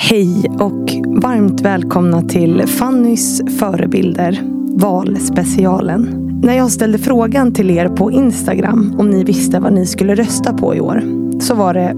Hej och varmt välkomna till Fannys förebilder, valspecialen. När jag ställde frågan till er på Instagram om ni visste vad ni skulle rösta på i år, så var det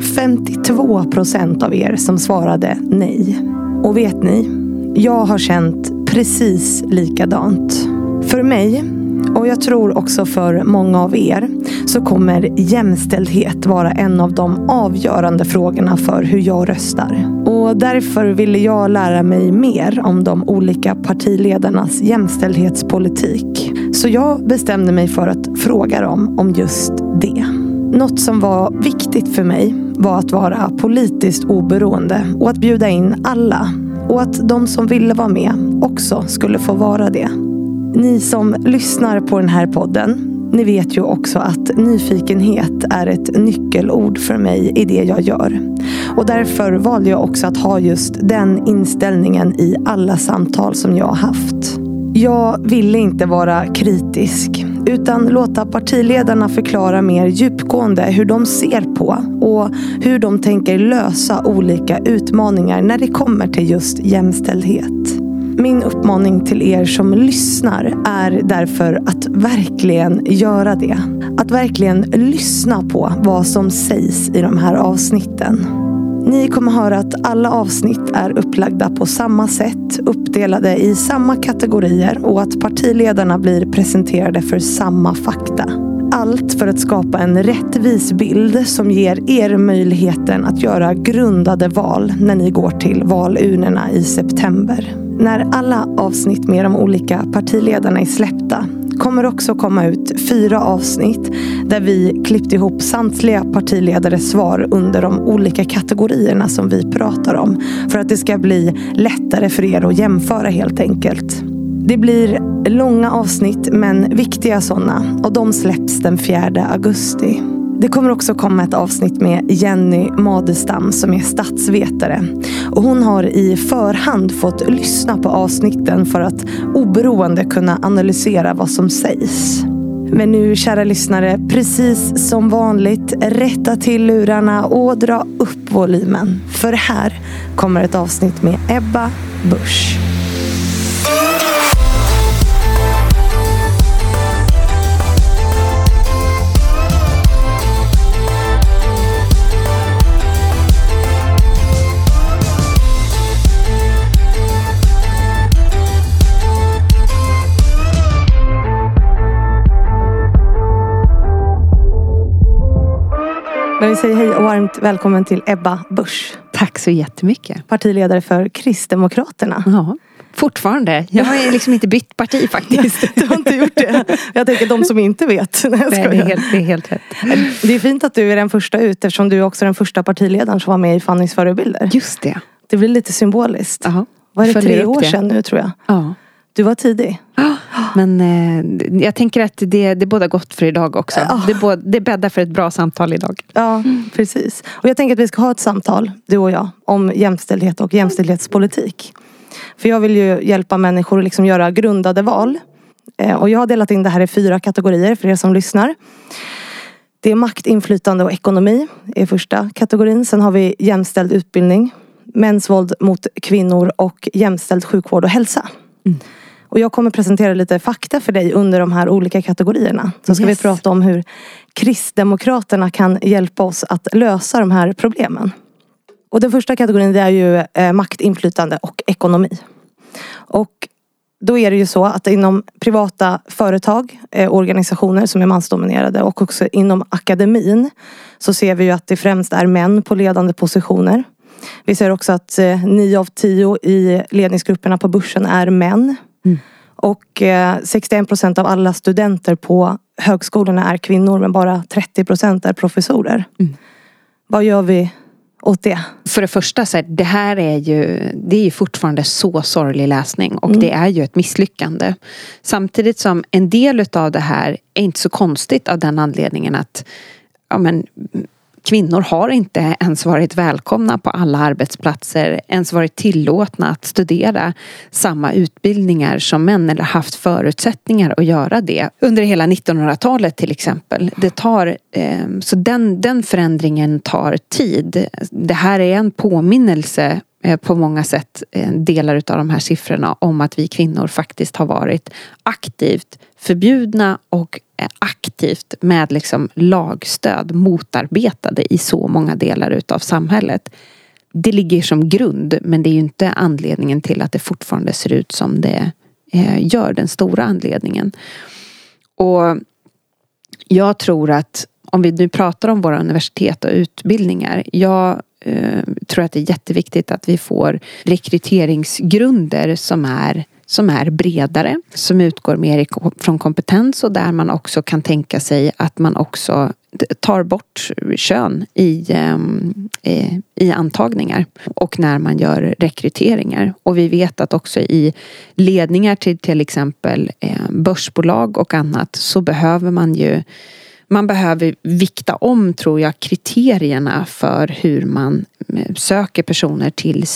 52% av er som svarade nej. Och vet ni, jag har känt precis likadant. För mig, och jag tror också för många av er, så kommer jämställdhet vara en av de avgörande frågorna för hur jag röstar. Och därför ville jag lära mig mer om de olika partiledarnas jämställdhetspolitik. Så jag bestämde mig för att fråga dem om just det. Något som var viktigt för mig var att vara politiskt oberoende och att bjuda in alla. Och att de som ville vara med också skulle få vara det. Ni som lyssnar på den här podden, ni vet ju också att nyfikenhet är ett nyckelord för mig i det jag gör. Och därför valde jag också att ha just den inställningen i alla samtal som jag har haft. Jag ville inte vara kritisk, utan låta partiledarna förklara mer djupgående hur de ser på och hur de tänker lösa olika utmaningar när det kommer till just jämställdhet. Min uppmaning till er som lyssnar är därför att verkligen göra det. Att verkligen lyssna på vad som sägs i de här avsnitten. Ni kommer höra att alla avsnitt är upplagda på samma sätt, uppdelade i samma kategorier och att partiledarna blir presenterade för samma fakta. Allt för att skapa en rättvis bild som ger er möjligheten att göra grundade val när ni går till valurnorna i september. När alla avsnitt med de olika partiledarna är släppta kommer också komma ut 4 avsnitt där vi klippt ihop samtliga partiledares svar under de olika kategorierna som vi pratar om. För att det ska bli lättare för er att jämföra helt enkelt. Det blir långa avsnitt men viktiga sådana och de släpps den 4 augusti. Det kommer också komma ett avsnitt med Jenny Madestam som är statsvetare. Och hon har i förhand fått lyssna på avsnitten för att oberoende kunna analysera vad som sägs. Men nu, kära lyssnare, precis som vanligt, rätta till lurarna och dra upp volymen. För här kommer ett avsnitt med Ebba Busch. Men vi säger hej och varmt välkommen till Ebba Busch. Tack så jättemycket. Partiledare för Kristdemokraterna. Ja, fortfarande. Jag har liksom inte bytt parti faktiskt. Du har inte gjort det. Jag tänker de som inte vet. Nej, det är helt rätt. Det är fint att du är den första ut eftersom du är också den första partiledaren som var med i Fannys förebilder. Just det. Det blir lite symboliskt. Aha. Var det 3 år sedan nu tror jag? Ja. Du var tidig. Men jag tänker att det båda gott för idag också. Det bäddar för ett bra samtal idag. Ja, precis. Och jag tänker att vi ska ha ett samtal, du och jag, om jämställdhet och jämställdhetspolitik. För jag vill ju hjälpa människor att liksom göra grundade val. Och jag har delat in det här i 4 kategorier för er som lyssnar. Det är makt, inflytande och ekonomi är första kategorin. Sen har vi jämställd utbildning, mäns våld mot kvinnor och jämställd sjukvård och hälsa. Mm. Och jag kommer presentera lite fakta för dig under de här olika kategorierna. Så ska vi prata om hur Kristdemokraterna kan hjälpa oss att lösa de här problemen. Och den första kategorin det är ju makt, inflytande och ekonomi. Och då är det ju så att inom privata företag, organisationer som är mansdominerade och också inom akademin så ser vi ju att det främst är män på ledande positioner. Vi ser också att 9 av 10 i ledningsgrupperna på börsen är män. Mm. Och 61% av alla studenter på högskolorna är kvinnor men bara 30% är professorer. Mm. Vad gör vi åt det? För det första så det här är ju fortfarande så sorglig läsning och det är ju ett misslyckande. Samtidigt som en del av det här är inte så konstigt av den anledningen att kvinnor har inte ens varit välkomna på alla arbetsplatser, ens varit tillåtna att studera samma utbildningar som män eller haft förutsättningar att göra det under hela 1900-talet till exempel. Så den förändringen tar tid. Det här är en påminnelse på många sätt, delar av de här siffrorna, om att vi kvinnor faktiskt har varit aktivt förbjudna och aktivt med liksom lagstöd motarbetade i så många delar utav samhället. Det ligger som grund, men det är ju inte anledningen till att det fortfarande ser ut som det gör, den stora anledningen. Och jag tror att om vi nu pratar om våra universitet och utbildningar, jag tror att det är jätteviktigt att vi får rekryteringsgrunder som är bredare, som utgår mer från kompetens och där man också kan tänka sig att man också tar bort kön i antagningar och när man gör rekryteringar. Och vi vet att också i ledningar till exempel börsbolag och annat så behöver man behöver vikta om, tror jag, kriterierna för hur man söker personer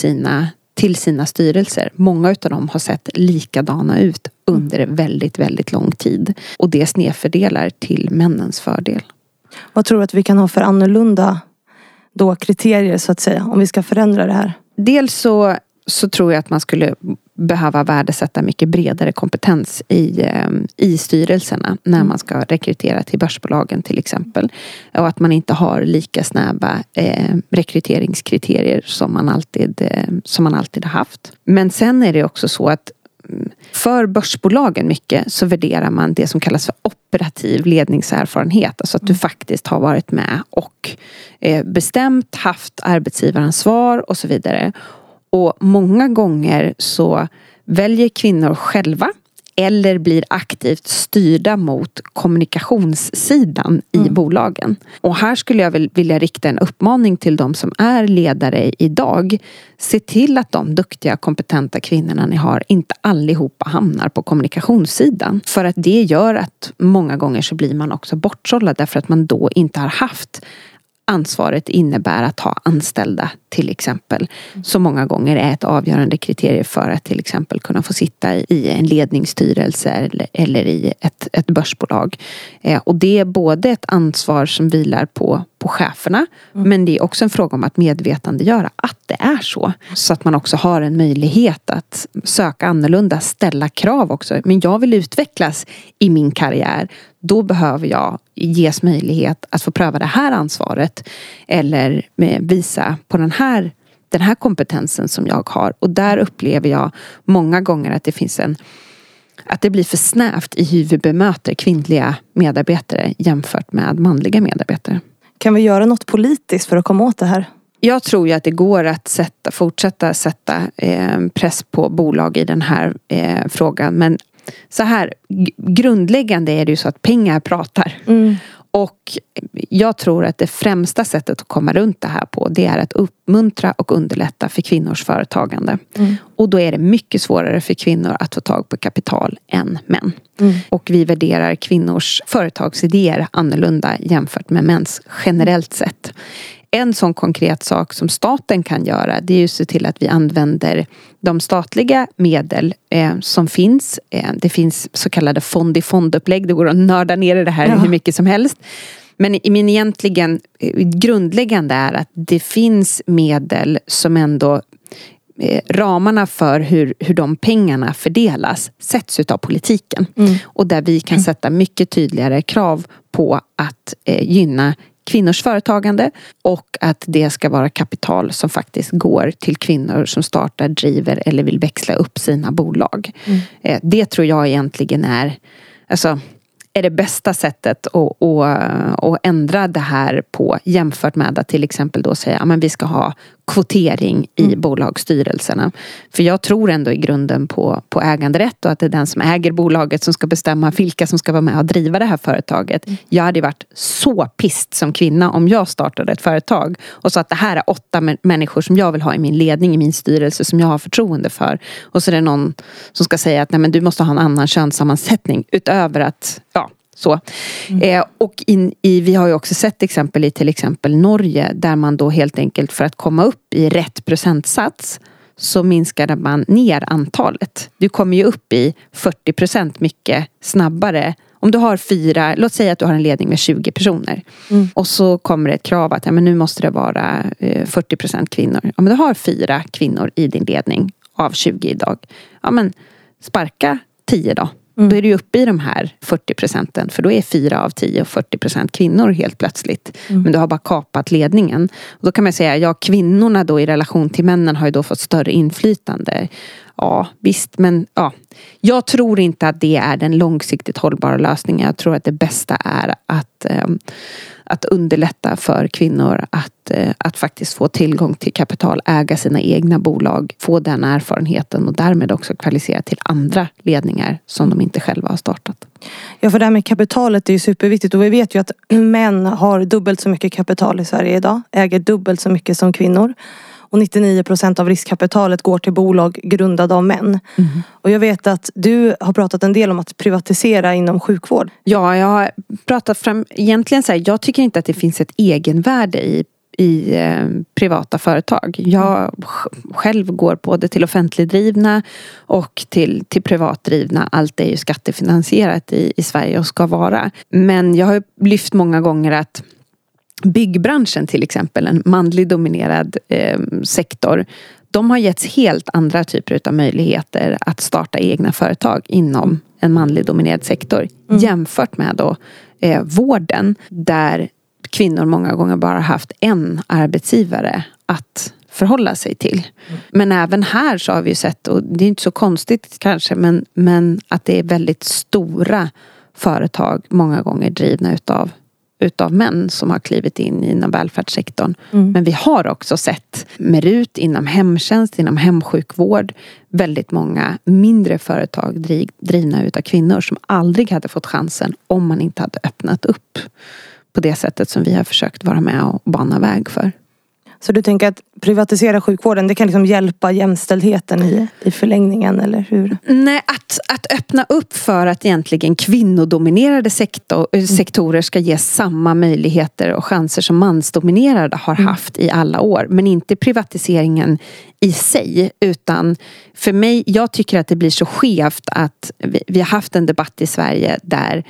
till sina styrelser. Många av dem har sett likadana ut under väldigt, väldigt lång tid. Och det snedfördelar till männens fördel. Vad tror du att vi kan ha för annorlunda då kriterier så att säga, om vi ska förändra det här? Dels så tror jag att man skulle behöva värdesätta mycket bredare kompetens i styrelserna när man ska rekrytera till börsbolagen till exempel. Och att man inte har lika snäva rekryteringskriterier som man alltid har haft. Men sen är det också så att för börsbolagen mycket så värderar man det som kallas för operativ ledningserfarenhet. Alltså att du faktiskt har varit med och bestämt, haft arbetsgivaransvar och så vidare. Och många gånger så väljer kvinnor själva eller blir aktivt styrda mot kommunikationssidan i bolagen. Och här skulle jag vilja rikta en uppmaning till de som är ledare idag. Se till att de duktiga, kompetenta kvinnorna ni har inte allihopa hamnar på kommunikationssidan. För att det gör att många gånger så blir man också bortsållad därför att man då inte har haft ansvaret innebär att ha anställda till exempel. Så många gånger är ett avgörande kriterium för att till exempel kunna få sitta i en ledningsstyrelse eller i ett börsbolag. Och det är både ett ansvar som vilar på cheferna, men det är också en fråga om att medvetandegöra att det är så. Så att man också har en möjlighet att söka annorlunda, ställa krav också. Men jag vill utvecklas i min karriär. Då behöver jag ges möjlighet att få pröva det här ansvaret eller visa på den här kompetensen som jag har. Och där upplever jag många gånger att det finns att det blir för snävt i hur vi bemöter kvinnliga medarbetare jämfört med manliga medarbetare. Kan vi göra något politiskt för att komma åt det här? Jag tror ju att det går att fortsätta sätta press på bolag i den här frågan. Men så här, grundläggande är det ju så att pengar pratar. Och jag tror att det främsta sättet att komma runt det här på, det är att uppmuntra och underlätta för kvinnors företagande. Och då är det mycket svårare för kvinnor att få tag på kapital än män. Och vi värderar kvinnors företagsidéer annorlunda jämfört med mäns generellt sett. En sån konkret sak som staten kan göra, det är ju att se till att vi använder de statliga medel som finns. Det finns så kallade fond-i-fondupplägg. Det går att nörda ner i det här hur mycket som helst. Men min egentligen grundläggande är att det finns medel som ändå ramarna för hur de pengarna fördelas sätts utav politiken. Och där vi kan sätta mycket tydligare krav på att gynna kvinnors företagande och att det ska vara kapital som faktiskt går till kvinnor som startar, driver eller vill växla upp sina bolag. Det tror jag egentligen är det bästa sättet att ändra det här på jämfört med att till exempel då säga att vi ska ha kvotering i bolagsstyrelserna. För jag tror ändå i grunden på äganderätt och att det är den som äger bolaget som ska bestämma vilka som ska vara med och driva det här företaget. Jag hade varit så pissed som kvinna om jag startade ett företag och sa att det här är 8 människor som jag vill ha i min ledning, i min styrelse som jag har förtroende för. Och så är det någon som ska säga att nej, men du måste ha en annan könssammansättning utöver att Så. Och vi har ju också sett exempel i till exempel Norge där man då helt enkelt för att komma upp i rätt procentsats så minskade man ner antalet. Du kommer ju upp i 40% mycket snabbare. Om du har 4, låt säga att du har en ledning med 20 personer. Och så kommer det ett krav att men nu måste det vara 40% kvinnor. Om du har 4 kvinnor i din ledning av 20 idag. Ja men sparka 10 då. Då är du uppe i de här 40%. För då är 4 av 10 och 40% kvinnor helt plötsligt. Men du har bara kapat ledningen. Och då kan man säga, kvinnorna då i relation till männen har ju då fått större inflytande. Ja, visst, men jag tror inte att det är den långsiktigt hållbara lösningen. Jag tror att det bästa är att underlätta för kvinnor att faktiskt få tillgång till kapital, äga sina egna bolag, få den erfarenheten och därmed också kvalificera till andra ledningar som de inte själva har startat. Ja, för det här med kapitalet är ju superviktigt och vi vet ju att män har dubbelt så mycket kapital i Sverige idag, äger dubbelt så mycket som kvinnor. Och 99% av riskkapitalet går till bolag grundade av män. Och jag vet att du har pratat en del om att privatisera inom sjukvård. Ja, jag har pratat fram egentligen så här, jag tycker inte att det finns ett egenvärde i privata företag. Jag själv går både till offentligdrivna och till privatdrivna. Allt är ju skattefinansierat i Sverige och ska vara. Men jag har lyft många gånger att byggbranschen till exempel, en manlig dominerad sektor, de har getts helt andra typer av möjligheter att starta egna företag inom en manlig dominerad sektor jämfört med då vården där kvinnor många gånger bara haft en arbetsgivare att förhålla sig till. Men även här så har vi ju sett, och det är inte så konstigt kanske, men att det är väldigt stora företag många gånger drivna utav män som har klivit in inom välfärdssektorn. Men vi har också sett med RUT inom hemtjänst, inom hemsjukvård, väldigt många mindre företag drivna utav kvinnor som aldrig hade fått chansen om man inte hade öppnat upp på det sättet som vi har försökt vara med och bana väg för. Så du tänker att privatisera sjukvården, det kan liksom hjälpa jämställdheten i förlängningen, eller hur? Nej, att öppna upp för att egentligen kvinnodominerade sektorer ska ge samma möjligheter och chanser som mansdominerade har haft i alla år. Men inte privatiseringen i sig, utan för mig, jag tycker att det blir så skevt att vi har haft en debatt i Sverige där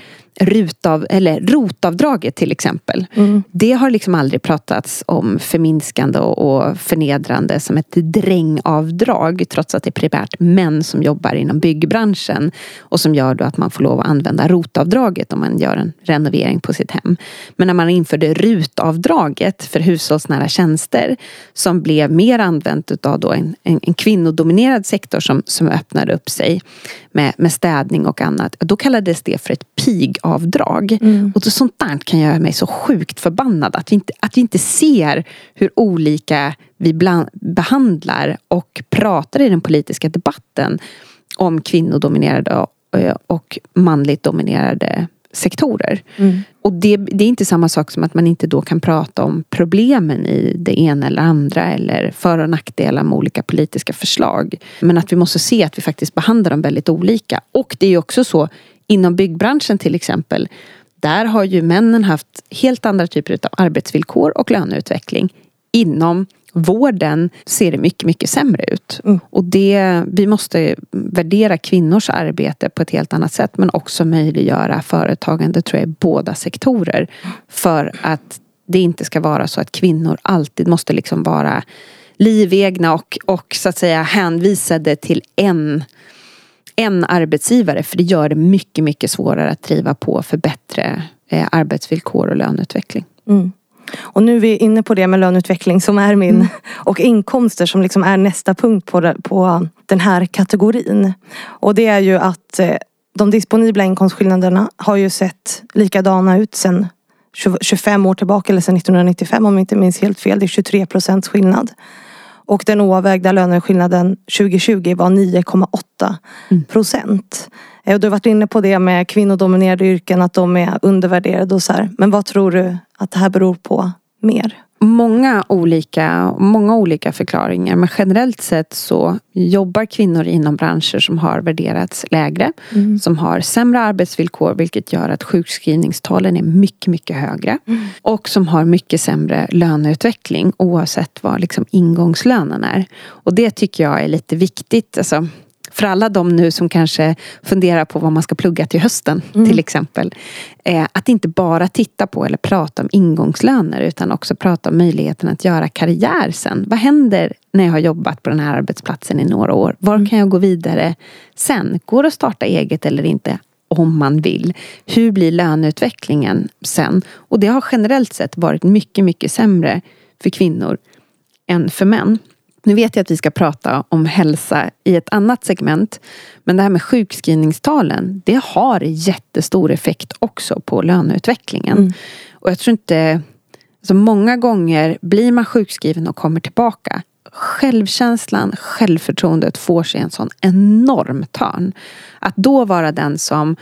rotavdraget till exempel. Det har liksom aldrig pratats om förminskande och förnedrande som ett drängavdrag, trots att det är primärt män som jobbar inom byggbranschen och som gör då att man får lov att använda rotavdraget om man gör en renovering på sitt hem. Men när man införde rutavdraget för hushållsnära tjänster som blev mer använt utav då en kvinnodominerad sektor som öppnade upp sig med städning och annat, då kallades det för ett pigavdrag. Och sånt där kan göra mig så sjukt förbannad att vi inte ser hur olika vi behandlar och pratar i den politiska debatten om kvinnodominerade och manligt dominerade sektorer. Och det är inte samma sak som att man inte då kan prata om problemen i det ena eller andra eller för- och nackdelar med olika politiska förslag. Men att vi måste se att vi faktiskt behandlar dem väldigt olika. Och det är ju också så inom byggbranschen till exempel, där har ju männen haft helt andra typer av arbetsvillkor och löneutveckling. Inom vården ser det mycket, mycket sämre ut. Och vi måste värdera kvinnors arbete på ett helt annat sätt, men också möjliggöra företagande, tror jag, i båda sektorer. För att det inte ska vara så att kvinnor alltid måste liksom vara livegna och så att säga hänvisade till en arbetsgivare, för det gör det mycket, mycket svårare att driva på för bättre arbetsvillkor och löneutveckling. Och nu är vi inne på det med löneutveckling som är min och inkomster som liksom är nästa punkt på den här kategorin. Och det är ju att de disponibla inkomstskillnaderna har ju sett likadana ut sedan 25 år tillbaka, eller sedan 1995 om jag inte minns helt fel. Det är 23% skillnad. Och den oavvägda löneskillnaden 2020 var 9,8%. Och du har varit inne på det med kvinnodominerade yrken, att de är undervärderade och så här. Men vad tror du att det här beror på mer? många olika förklaringar. Men generellt sett så jobbar kvinnor inom branscher som har värderats lägre. Som har sämre arbetsvillkor, vilket gör att sjukskrivningstalen är mycket, mycket högre. Och som har mycket sämre löneutveckling oavsett vad liksom ingångslönen är. Och det tycker jag är lite viktigt. Alltså, för alla de nu som kanske funderar på vad man ska plugga till hösten till exempel. Att inte bara titta på eller prata om ingångslöner utan också prata om möjligheten att göra karriär sen. Vad händer när jag har jobbat på den här arbetsplatsen i några år? Var kan jag gå vidare sen? Går det att starta eget eller inte? Om man vill. Hur blir löneutvecklingen sen? Och det har generellt sett varit mycket, mycket sämre för kvinnor än för män. Nu vet jag att vi ska prata om hälsa i ett annat segment. Men det här med sjukskrivningstalen, det har jättestor effekt också på löneutvecklingen. Och jag tror inte, så många gånger blir man sjukskriven och kommer tillbaka. Självkänslan, självförtroendet får sig en sån enorm törn. Att då vara den som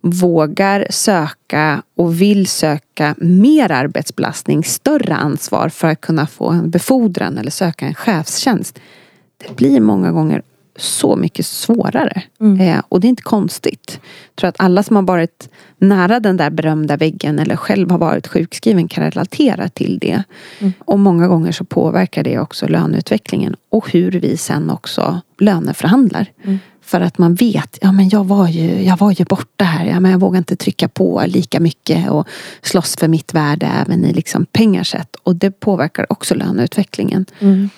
vågar söka och vill söka mer arbetsbelastning, större ansvar för att kunna få en befordran eller söka en chefstjänst. Det blir många gånger så mycket svårare. Och det är inte konstigt. Jag tror att alla som har varit nära den där berömda väggen eller själv har varit sjukskriven kan relatera till det. Och många gånger så påverkar det också löneutvecklingen och hur vi sen också löneförhandlar. För att man vet, ja men jag var ju borta här, ja men jag vågar inte trycka på lika mycket och slåss för mitt värde även i liksom pengasätt. Och det påverkar också löneutvecklingen.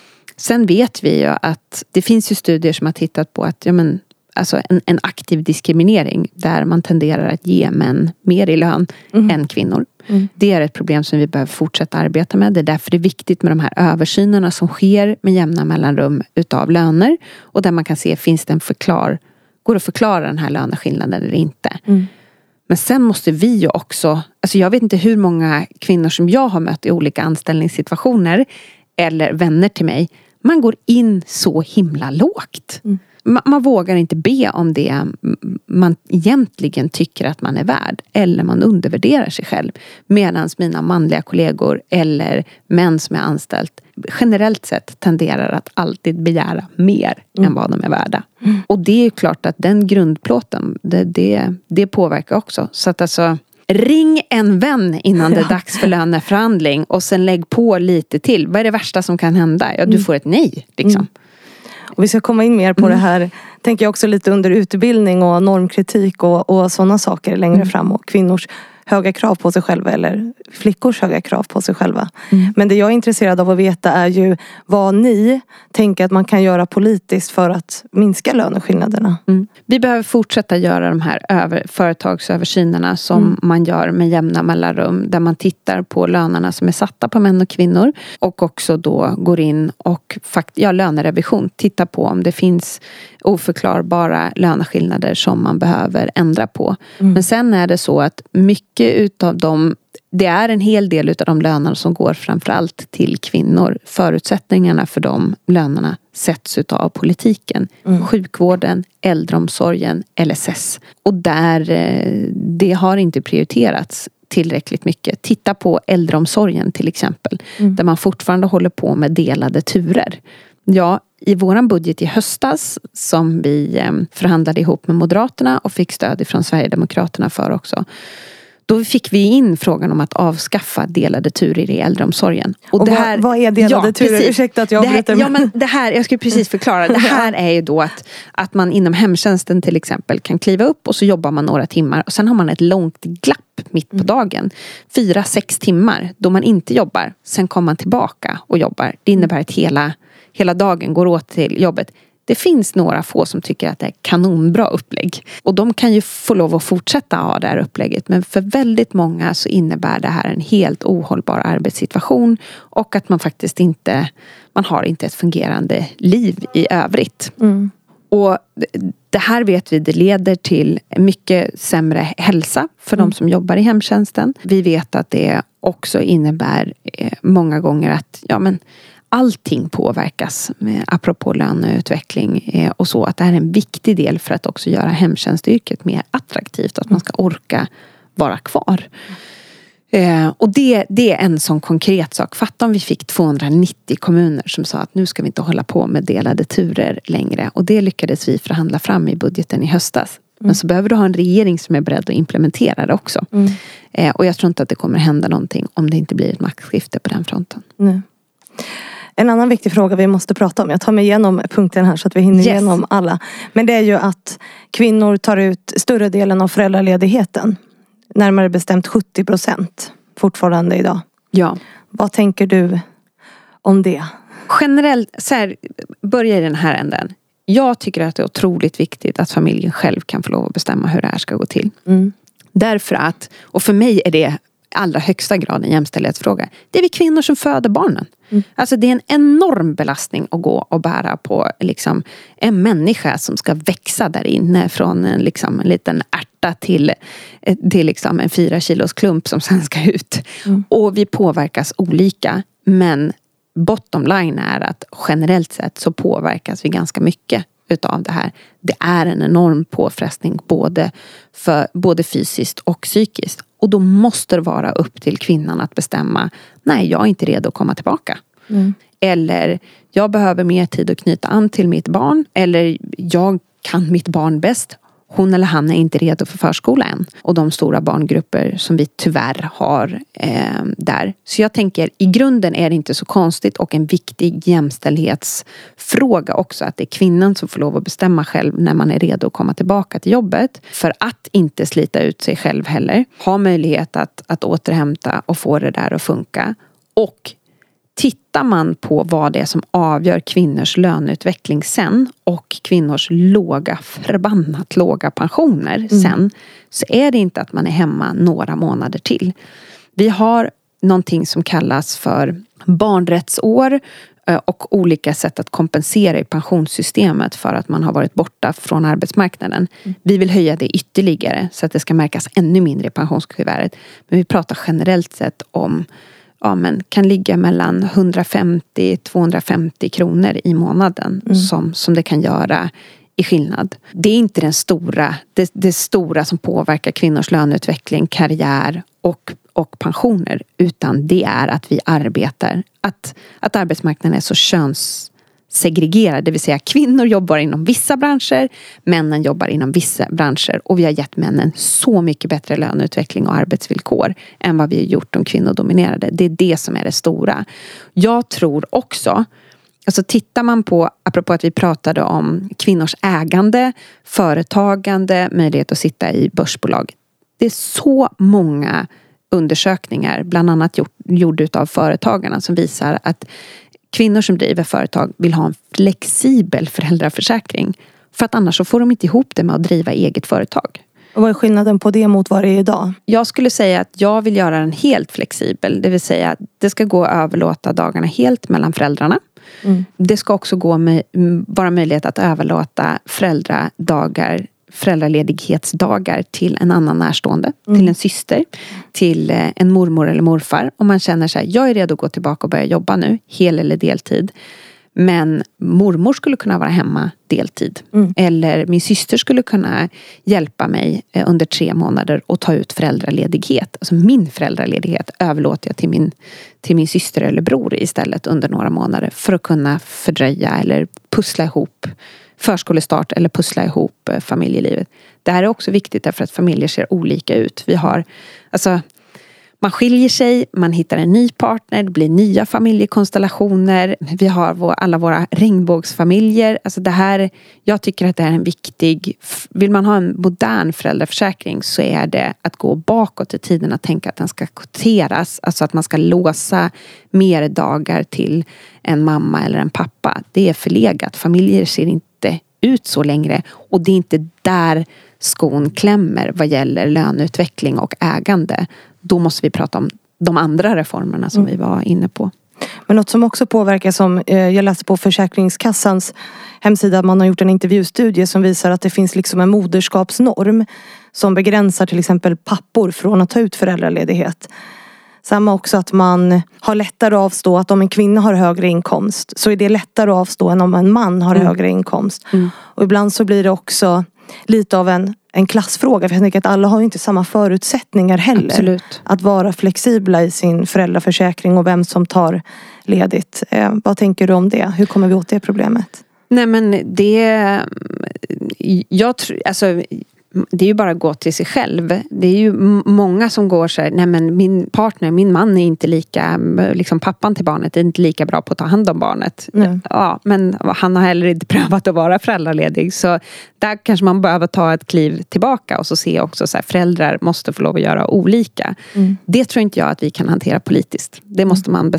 Sen vet vi ju att det finns ju studier som har tittat på att alltså en aktiv diskriminering där man tenderar att ge män mer i lön än kvinnor. Det är ett problem som vi behöver fortsätta arbeta med. Det är därför det är viktigt med de här översynerna som sker med jämna mellanrum utav löner. Och där man kan se, finns det går det att förklara den här löneskillnaden eller inte. Men sen måste vi ju också, alltså jag vet inte hur många kvinnor som jag har mött i olika anställningssituationer eller vänner till mig. Man går in så himla lågt. Man vågar inte be om det man egentligen tycker att man är värd. Eller man undervärderar sig själv. Medan mina manliga kollegor eller män som är anställt generellt sett tenderar att alltid begära mer än vad de är värda. Och det är ju klart att den grundplåten, det påverkar också. Så att alltså, ring en vän innan det är dags för löneförhandling och sen lägg på lite till. Vad är det värsta som kan hända? Ja, du får ett nej liksom. Och vi ska komma in mer på det här, tänker jag också lite under utbildning och normkritik och sådana saker längre fram. Och kvinnors höga krav på sig själva eller flickors höga krav på sig själva. Men det jag är intresserad av att veta är ju vad ni tänker att man kan göra politiskt för att minska löneskillnaderna. Vi behöver fortsätta göra de här företagsöversynerna som man gör med jämna mellanrum. Där man tittar på lönerna som är satta på män och kvinnor. Och också då går in och lönerevision. Titta på om det finns oförklarbara löneskillnader som man behöver ändra på. Men sen är det så att mycket utav dem, det är en hel del utav de lönerna som går framförallt till kvinnor. Förutsättningarna för de lönerna sätts utav politiken. Sjukvården, äldreomsorgen, LSS. Och det har inte prioriterats tillräckligt mycket. Titta på äldreomsorgen till exempel. Där man fortfarande håller på med delade turer. Ja, i våran budget i höstas som vi förhandlade ihop med Moderaterna och fick stöd från Sverigedemokraterna för också. Då fick vi in frågan om att avskaffa delade turer i äldreomsorgen. Och det här, vad är delade turer? Precis. Ursäkta att jag avbryter. Ja, men det här, jag ska precis förklara. Det här är ju då att man inom hemtjänsten till exempel kan kliva upp och så jobbar man några timmar. Och sen har man ett långt glapp mitt på dagen. 4-6 timmar då man inte jobbar. Sen kommer man tillbaka och jobbar. Det innebär att hela dagen går åt till jobbet. Det finns några få som tycker att det är kanonbra upplägg. Och de kan ju få lov att fortsätta ha det här upplägget. Men för väldigt många så innebär det här en helt ohållbar arbetssituation. Och att man faktiskt man har inte ett fungerande liv i övrigt. Och det här vet vi, det leder till mycket sämre hälsa för de som jobbar i hemtjänsten. Vi vet att det också innebär många gånger att allting påverkas apropå löneutveckling och så. Att det här är en viktig del för att också göra hemtjänstyrket mer attraktivt. Att man ska orka vara kvar. Och det är en sån konkret sak. Fatta om vi fick 290 kommuner som sa att nu ska vi inte hålla på med delade turer längre. Och det lyckades vi förhandla fram i budgeten i höstas. Men så behöver du ha en regering som är beredd att implementera det också. Och jag tror inte att det kommer hända någonting om det inte blir ett maktskifte på den fronten. Nej. En annan viktig fråga vi måste prata om. Jag tar mig igenom punkten här så att vi hinner igenom alla. Men det är ju att kvinnor tar ut större delen av föräldraledigheten. Närmare bestämt 70% fortfarande idag. Ja. Vad tänker du om det? Generellt, så här, börja i den här änden. Jag tycker att det är otroligt viktigt att familjen själv kan få lov att bestämma hur det här ska gå till. Därför att, och för mig är det allra högsta grad en jämställdhetsfråga. Det är vi kvinnor som föder barnen. Alltså det är en enorm belastning att gå och bära på liksom, en människa som ska växa där inne från en liten ärta till liksom, en 4 kilos klump som sen ska ut. Och vi påverkas olika, men bottom line är att generellt sett så påverkas vi ganska mycket utav det här. Det är en enorm påfrestning både fysiskt och psykiskt. Och då måste det vara upp till kvinnan att bestämma, nej, jag är inte redo att komma tillbaka. Eller jag behöver mer tid att knyta an till mitt barn. Eller jag kan mitt barn bäst. Hon eller han är inte redo för förskola än. Och de stora barngrupper som vi tyvärr har där. Så jag tänker, i grunden är det inte så konstigt och en viktig jämställdhetsfråga också. Att det är kvinnan som får lov att bestämma själv när man är redo att komma tillbaka till jobbet. För att inte slita ut sig själv heller. Ha möjlighet att återhämta och få det där att funka. Och tittar man på vad det är som avgör kvinnors löneutveckling sen och kvinnors förbannat låga pensioner sen, så är det inte att man är hemma några månader till. Vi har någonting som kallas för barnrättsår och olika sätt att kompensera i pensionssystemet för att man har varit borta från arbetsmarknaden. Vi vill höja det ytterligare så att det ska märkas ännu mindre i pensionskuvertet. Men vi pratar generellt sett om kan ligga mellan 150-250 kronor i månaden som det kan göra i skillnad. Det är inte det stora som påverkar kvinnors löneutveckling, karriär och pensioner, utan det är att vi arbetar. Att arbetsmarknaden är så könssegregerad, det vill säga kvinnor jobbar inom vissa branscher, männen jobbar inom vissa branscher, och vi har gett männen så mycket bättre löneutveckling och arbetsvillkor än vad vi har gjort de kvinnodominerade. Det är det som är det stora. Jag tror också, alltså tittar man på, apropå att vi pratade om kvinnors ägande, företagande, möjlighet att sitta i börsbolag. Det är så många undersökningar, bland annat gjord utav företagarna, som visar att kvinnor som driver företag vill ha en flexibel föräldraförsäkring. För att annars så får de inte ihop det med att driva eget företag. Och vad är skillnaden på det mot vad det är idag? Jag skulle säga att jag vill göra den helt flexibel. Det vill säga att det ska gå att överlåta dagarna helt mellan föräldrarna. Det ska också vara möjlighet att överlåta föräldraledighetsdagar till en annan närstående, till en syster, till en mormor eller morfar. Om man känner sig, jag är redo att gå tillbaka och börja jobba nu, hel eller deltid. Men mormor skulle kunna vara hemma deltid. Eller min syster skulle kunna hjälpa mig under 3 månader och ta ut föräldraledighet. Alltså min föräldraledighet överlåter jag till min syster eller bror istället under några månader. För att kunna fördröja eller pussla ihop förskolestart eller pussla ihop familjelivet. Det här är också viktigt därför att familjer ser olika ut. Man skiljer sig, man hittar en ny partner, det blir nya familjekonstellationer. Vi har alla våra regnbågsfamiljer. Alltså jag tycker att det är en viktig, vill man ha en modern föräldraförsäkring så är det att gå bakåt i tiden och tänka att den ska kvoteras. Alltså att man ska låsa mer dagar till en mamma eller en pappa. Det är förlegat. Familjer ser inte ut så längre och det är inte där skon klämmer vad gäller löneutveckling och ägande. Då måste vi prata om de andra reformerna som vi var inne på. Men något som också påverkar, som jag läste på Försäkringskassans hemsida, man har gjort en intervjustudie som visar att det finns liksom en moderskapsnorm som begränsar till exempel pappor från att ta ut föräldraledighet. Samma också att man har lättare att avstå, att om en kvinna har högre inkomst så är det lättare att avstå än om en man har högre inkomst. Och ibland så blir det också lite av en en klassfråga. För jag tänker att alla har ju inte samma förutsättningar heller. Absolut. Att vara flexibla i sin föräldraförsäkring och vem som tar ledigt. Vad tänker du om det? Hur kommer vi åt det problemet? Nej, men det är ju bara att gå till sig själv. Det är ju många som går så här, nej men min man är inte lika, liksom pappan till barnet är inte lika bra på att ta hand om barnet. Ja, men han har heller inte prövat att vara föräldraledig. Så där kanske man behöver ta ett kliv tillbaka och så se också så här, föräldrar måste få lov att göra olika. Det tror inte jag att vi kan hantera politiskt. Det måste man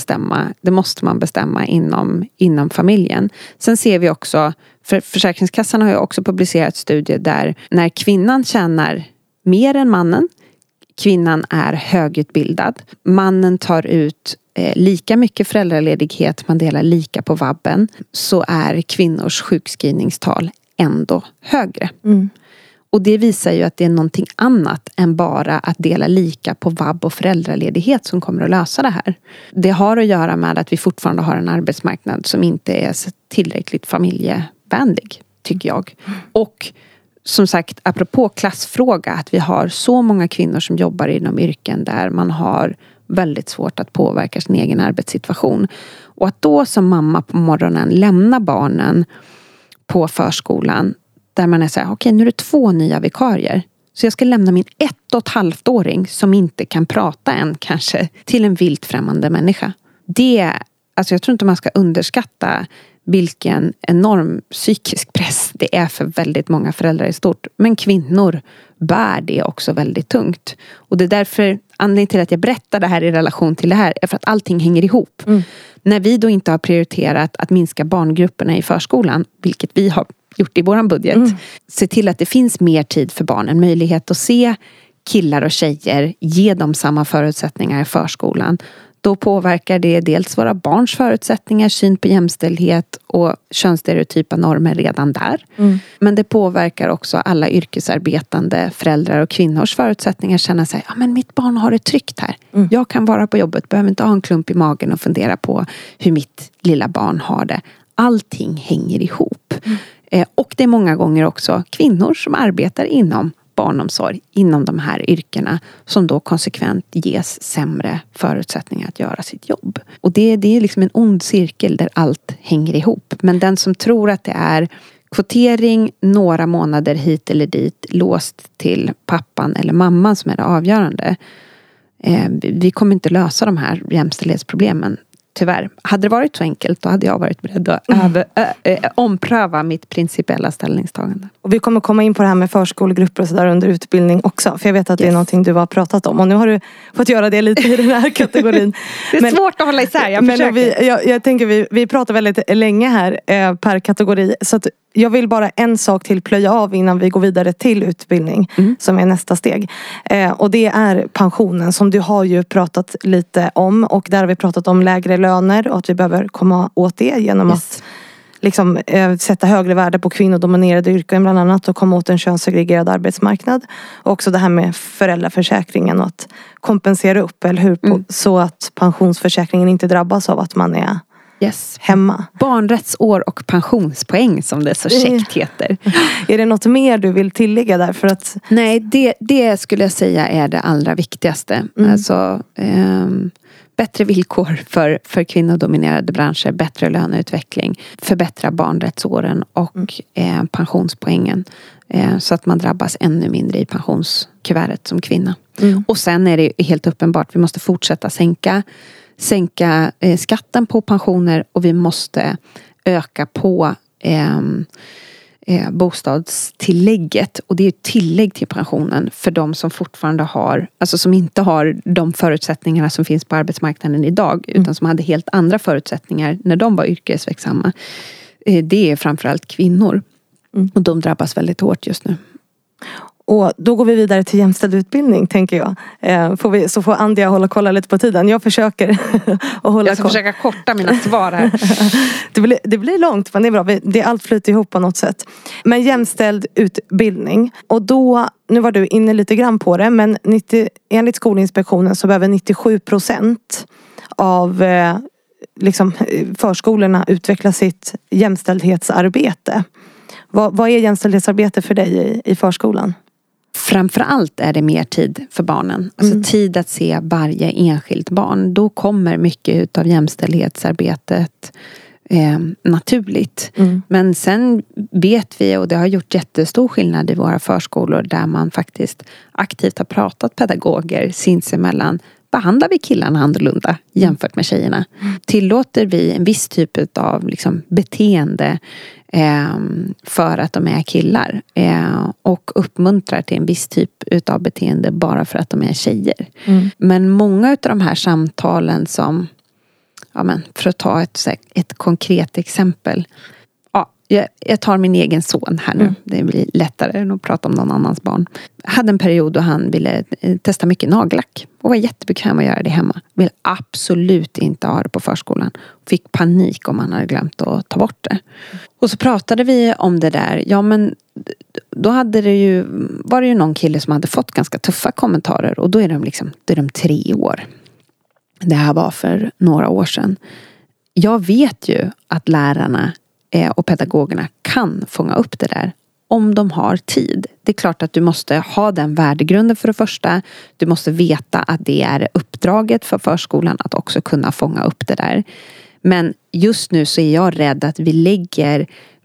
bestämma inom familjen. Sen ser vi också, för Försäkringskassan har ju också publicerat studier där när kvinnan tjänar mer än mannen, kvinnan är högutbildad, mannen tar ut lika mycket föräldraledighet, man delar lika på vabben, så är kvinnors sjukskrivningstal ändå högre. Och det visar ju att det är någonting annat än bara att dela lika på vabb och föräldraledighet som kommer att lösa det här. Det har att göra med att vi fortfarande har en arbetsmarknad som inte är tillräckligt familjevänlig, tycker jag. Och som sagt, apropå klassfråga, att vi har så många kvinnor som jobbar inom yrken där man har väldigt svårt att påverka sin egen arbetssituation. Och att då som mamma på morgonen lämna barnen på förskolan där man är så här, okej, nu är det 2 nya vikarier. Så jag ska lämna min 1,5-åring som inte kan prata än kanske till en vilt främmande människa. Jag tror inte man ska underskatta vilken enorm psykisk press det är för väldigt många föräldrar i stort. Men kvinnor bär det också väldigt tungt. Och det är därför, anledningen till att jag berättar det här i relation till det här, är för att allting hänger ihop. När vi då inte har prioriterat att minska barngrupperna i förskolan, vilket vi har gjort i våran budget, se till att det finns mer tid för barnen, möjlighet att se killar och tjejer, ge dem samma förutsättningar i förskolan. Då påverkar det dels våra barns förutsättningar, syn på jämställdhet och könsstereotypa normer redan där. Men det påverkar också alla yrkesarbetande föräldrar och kvinnors förutsättningar, känna sig, ja men mitt barn har det tryggt här. Jag kan vara på jobbet, behöver inte ha en klump i magen och fundera på hur mitt lilla barn har det. Allting hänger ihop. Och det är många gånger också kvinnor som arbetar inom barnomsorg, inom de här yrkena, som då konsekvent ges sämre förutsättningar att göra sitt jobb. Och det är liksom en ond cirkel där allt hänger ihop. Men den som tror att det är kvotering några månader hit eller dit, låst till pappan eller mamman som är det avgörande, vi kommer inte lösa de här jämställdhetsproblemen. Tyvärr. Hade det varit så enkelt, då hade jag varit beredd att ompröva mitt principiella ställningstagande. Och vi kommer komma in på det här med förskolegrupper och sådär under utbildning också. För jag vet att det är någonting du har pratat om. Och nu har du fått göra det lite i den här kategorin. Det är svårt att hålla isär, jag försöker. Jag tänker vi pratar väldigt länge här per kategori. Så att jag vill bara en sak till plöja av innan vi går vidare till utbildning. Som är nästa steg. Och det är pensionen som du har ju pratat lite om. Och där har vi pratat om lägre löner och att vi behöver komma åt det genom att liksom, sätta högre värde på kvinnodominerade yrken bland annat och komma åt en könssegregerad arbetsmarknad. Och också det här med föräldraförsäkringen och att kompensera upp, eller hur? Så att pensionsförsäkringen inte drabbas av att man är hemma. Barnrättsår och pensionspoäng som det så käckt heter. Är det något mer du vill tillägga där? För att... Nej, det skulle jag säga är det allra viktigaste. Alltså bättre villkor för kvinnodominerade branscher, bättre löneutveckling, förbättra barnrättsåren och pensionspoängen. Så att man drabbas ännu mindre i pensionskuvertet som kvinna. Och sen är det helt uppenbart, vi måste fortsätta sänka skatten på pensioner och vi måste öka på bostadstillägget, och det är ett tillägg till pensionen för de som fortfarande har, alltså som inte har de förutsättningarna som finns på arbetsmarknaden idag, utan som hade helt andra förutsättningar när de var yrkesverksamma. Det är framförallt kvinnor och de drabbas väldigt hårt just nu. Och då går vi vidare till jämställd utbildning, tänker jag. Så får Andrea kolla lite på tiden. Jag försöker att hålla Jag ska försöka korta mina svar här. Det blir långt, men det är bra. Det är allt flyter ihop på något sätt. Men jämställd utbildning. Och då, nu var du inne lite grann på det, men enligt Skolinspektionen så behöver 97% av förskolorna utveckla sitt jämställdhetsarbete. Vad är jämställdhetsarbete för dig i förskolan? Framförallt är det mer tid för barnen. Alltså tid att se varje enskilt barn. Då kommer mycket av jämställdhetsarbetet naturligt. Men sen vet vi, och det har gjort jättestor skillnad i våra förskolor, där man faktiskt aktivt har pratat pedagoger sinsemellan. Behandlar vi killarna annorlunda jämfört med tjejerna? Tillåter vi en viss typ av liksom beteende för att de är killar? Och uppmuntrar till en viss typ av beteende bara för att de är tjejer? Men många av de här samtalen som, ja men, för att ta ett konkret exempel. Jag tar min egen son här nu. Det blir lättare än att prata om någon annans barn. Jag hade en period då han ville testa mycket nagellack. Och var jättebekväm att göra det hemma. Vill absolut inte ha det på förskolan. Fick panik om han hade glömt att ta bort det. Och så pratade vi om det där. Ja men då var det ju någon kille som hade fått ganska tuffa kommentarer. Och då är de 3 år. Det här var för några år sedan. Jag vet ju att lärarna och pedagogerna kan fånga upp det där om de har tid. Det är klart att du måste ha den värdegrunden för det första. Du måste veta att det är uppdraget för förskolan att också kunna fånga upp det där. Men just nu så är jag rädd att vi lägger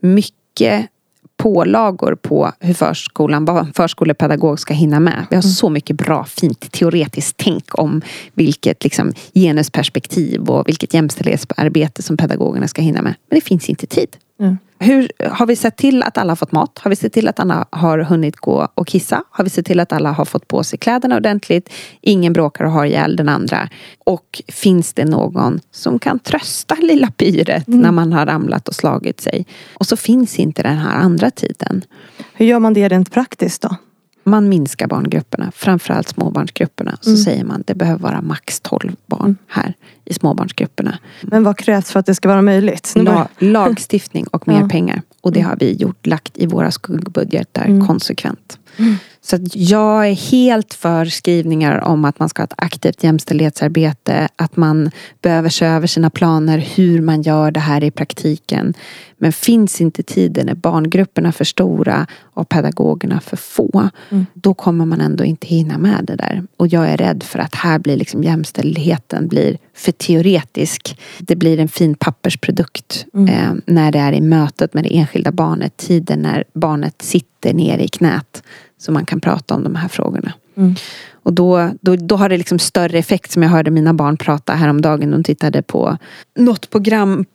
mycket pålagor på hur vad en förskolepedagog ska hinna med. Vi har så mycket bra, fint teoretiskt tänk om vilket liksom genusperspektiv och vilket jämställdhetsarbete som pedagogerna ska hinna med. Men det finns inte tid. Hur har vi sett till att alla har fått mat? Har vi sett till att alla har hunnit gå och kissa? Har vi sett till att alla har fått på sig kläderna ordentligt? Ingen bråkar och har ihjäl den andra. Och finns det någon som kan trösta lilla pyret när man har ramlat och slagit sig? Och så finns inte den här andra tiden. Hur gör man det rent praktiskt då? Man minskar barngrupperna, framförallt småbarnsgrupperna. Så säger man, det behöver vara max 12 barn här i småbarnsgrupperna. Men vad krävs för att det ska vara möjligt? Lagstiftning och mer pengar. Och det har vi lagt i våra skuggbudgetar konsekvent. Så att jag är helt för skrivningar om att man ska ha ett aktivt jämställdhetsarbete. Att man behöver se över sina planer, hur man gör det här i praktiken. Men finns inte tiden, är barngrupperna för stora och pedagogerna för få. Då kommer man ändå inte hinna med det där. Och jag är rädd för att här blir liksom jämställdheten blir för teoretisk. Det blir en fin pappersprodukt när det är i mötet med det enskilda barnet. Tiden när barnet sitter nere i knät. Så man kan prata om de här frågorna. Och då har det liksom större effekt, som jag hörde mina barn prata häromdagen. De tittade på något program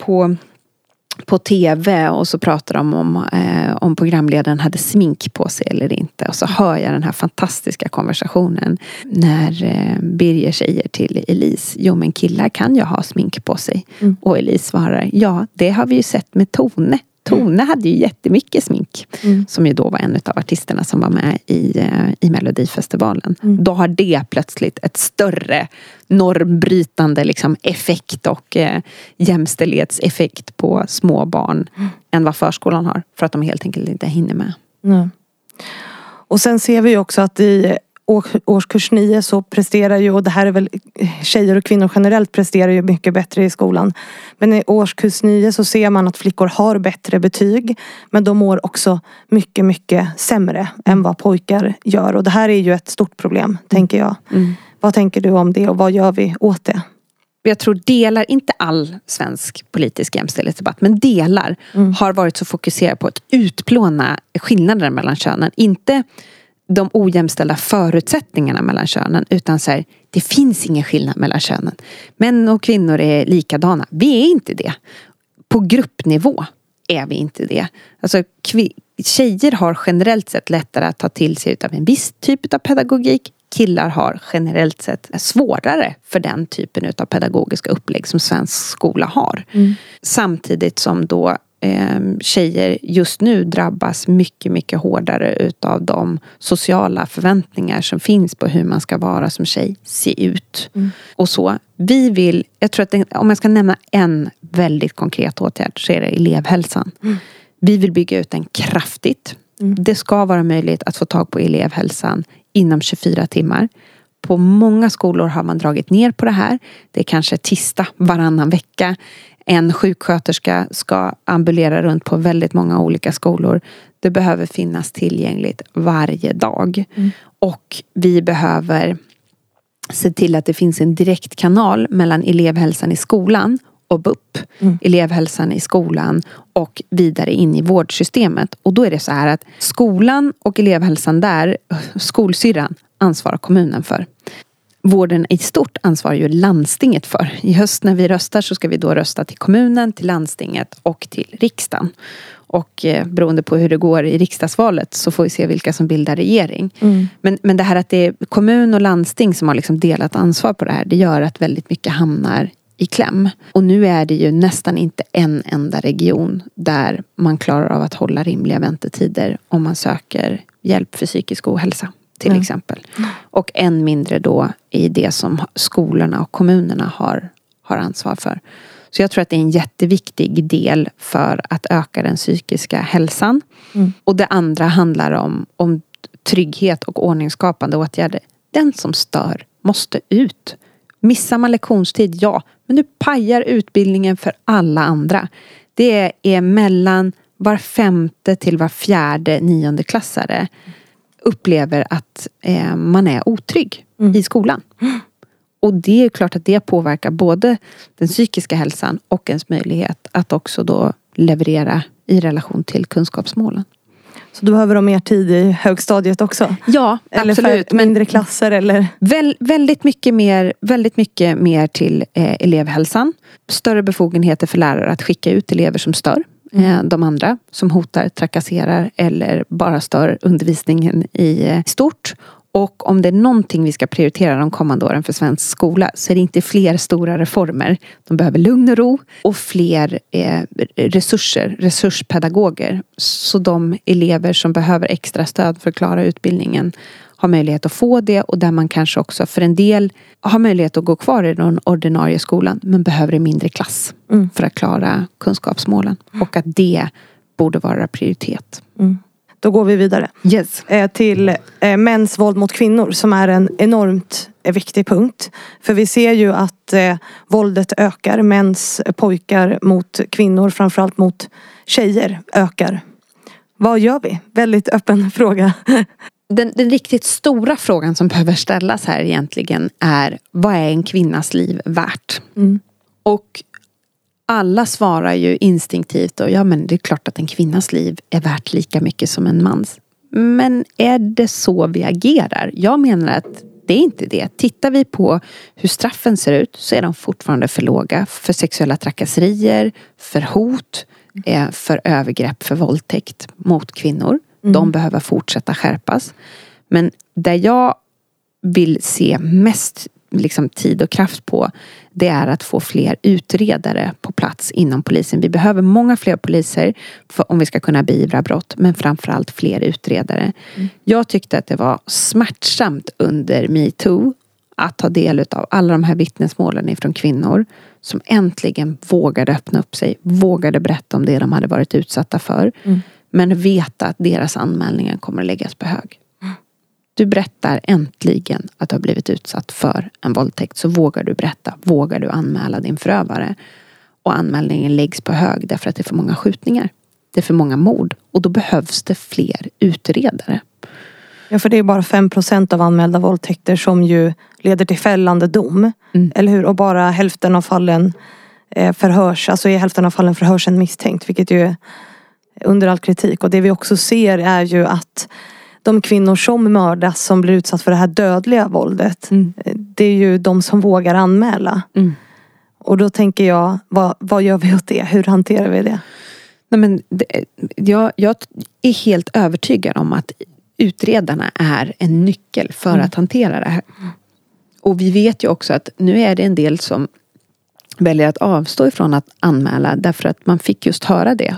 på tv och så pratade de om programledaren hade smink på sig eller inte. Och så hör jag den här fantastiska konversationen när Birger säger till Elise, jo men killar kan ju ha smink på sig. Och Elise svarar, ja det har vi ju sett med Tone. Tone hade ju jättemycket smink. Som ju då var en av artisterna som var med i Melodifestivalen. Då har det plötsligt ett större normbrytande liksom effekt och jämställdhetseffekt på små barn än vad förskolan har. För att de helt enkelt inte hinner med. Och sen ser vi ju också att i årskurs 9 så presterar ju, och det här är väl tjejer och kvinnor generellt presterar ju mycket bättre i skolan. Men i årskurs 9 så ser man att flickor har bättre betyg, men de mår också mycket, mycket sämre än vad pojkar gör. Och det här är ju ett stort problem, tänker jag. Vad tänker du om det och vad gör vi åt det? Jag tror delar, inte all svensk politisk jämställdhetsdebatt, men delar har varit så fokuserade på att utplåna skillnader mellan könen. Inte de ojämställda förutsättningarna mellan könen, utan så här, det finns ingen skillnad mellan könen. Män och kvinnor är likadana. Vi är inte det. På gruppnivå är vi inte det. Alltså tjejer har generellt sett lättare att ta till sig av en viss typ av pedagogik. Killar har generellt sett svårare för den typen av pedagogiska upplägg som svensk skola har. Samtidigt som då tjejer just nu drabbas mycket, mycket hårdare utav de sociala förväntningar som finns på hur man ska vara som tjej, se ut och så. Vi vill, jag tror att om jag ska nämna en väldigt konkret åtgärd så är det elevhälsan. Vi vill bygga ut den kraftigt. Det ska vara möjligt att få tag på elevhälsan inom 24 timmar. På många skolor har man dragit ner på det här. Det är kanske tisdag varannan vecka. en sjuksköterska ska ambulera runt på väldigt många olika skolor. Det behöver finnas tillgängligt varje dag. Och vi behöver se till att det finns en direkt kanal mellan elevhälsan i skolan och BUP, elevhälsan i skolan och vidare in i vårdsystemet. Och då är det så här att skolan och elevhälsan där, skolsyrran, ansvarar kommunen för. Vården i stort ansvarar ju landstinget för. I höst när vi röstar så ska vi då rösta till kommunen, till landstinget och till riksdagen. Och beroende på hur det går i riksdagsvalet så får vi se vilka som bildar regering. Men det här att det är kommun och landsting som har liksom delat ansvar på det här, det gör att väldigt mycket hamnar i kläm. Och nu är det ju nästan inte en enda region där man klarar av att hålla rimliga väntetider om man söker hjälp för psykisk ohälsa till exempel. Och än mindre då i det som skolorna och kommunerna har ansvar för. Så jag tror att det är en jätteviktig del för att öka den psykiska hälsan. Och det andra handlar om trygghet och ordningsskapande åtgärder. Den som stör måste ut. Missar man lektionstid, ja. Men nu pajar utbildningen för alla andra. Det är mellan var 5:e till var 4:e 9:e-klassare upplever att man är otrygg i skolan. Och det är klart att det påverkar både den psykiska hälsan och ens möjlighet att också då leverera i relation till kunskapsmålen. Så då behöver de mer tid i högstadiet också? Ja, eller absolut. För mindre klasser eller? Väldigt mycket mer till elevhälsan. Större befogenheter för lärare att skicka ut elever som stör. De andra som hotar, trakasserar eller bara stör undervisningen i stort. Och om det är någonting vi ska prioritera de kommande åren för svensk skola så är det inte fler stora reformer. De behöver lugn och ro och fler resurspedagoger. Så de elever som behöver extra stöd för att klara utbildningen har möjlighet att få det. Och där man kanske också för en del har möjlighet att gå kvar i den ordinarie skolan men behöver en mindre klass för att klara kunskapsmålen. Och att det borde vara prioritet. Då går vi vidare. Yes. Till mäns våld mot kvinnor som är en enormt viktig punkt. För vi ser ju att våldet ökar. Mäns pojkar mot kvinnor, framförallt mot tjejer, ökar. Vad gör vi? Väldigt öppen fråga. Den riktigt stora frågan som behöver ställas här egentligen är: vad är en kvinnas liv värt? Och alla svarar ju instinktivt och ja, men det är klart att en kvinnas liv är värt lika mycket som en mans. Men är det så vi agerar? Jag menar att det är inte det. Tittar vi på hur straffen ser ut så är de fortfarande för låga för sexuella trakasserier, för hot, för övergrepp, för våldtäkt mot kvinnor. De behöver fortsätta skärpas. Men där jag vill se mest tid och kraft på, det är att få fler utredare på plats inom polisen. Vi behöver många fler poliser om vi ska kunna beivra brott, men framförallt fler utredare. Jag tyckte att det var smärtsamt under MeToo att ta del av alla de här vittnesmålen ifrån kvinnor som äntligen vågade öppna upp sig, vågade berätta om det de hade varit utsatta för, men veta att deras anmälningar kommer att läggas på hög. Du berättar äntligen att du har blivit utsatt för en våldtäkt, så vågar du berätta, vågar du anmäla din förövare. Och anmälningen läggs på hög därför att det är för många skjutningar. Det är för många mord och då behövs det fler utredare. Ja, för det är bara 5% av anmälda våldtäkter som ju leder till fällande dom. Eller hur? Och bara hälften av fallen förhörs, alltså i hälften av fallen förhörs en misstänkt, vilket ju är under all kritik. Och det vi också ser är ju att de kvinnor som mördas, som blir utsatt för det här dödliga våldet, det är ju de som vågar anmäla. Och då tänker jag, vad gör vi åt det? Hur hanterar vi det? Nej, men jag är helt övertygad om att utredarna är en nyckel för att hantera det här. Och vi vet ju också att nu är det en del som väljer att avstå ifrån att anmäla därför att man fick just höra det.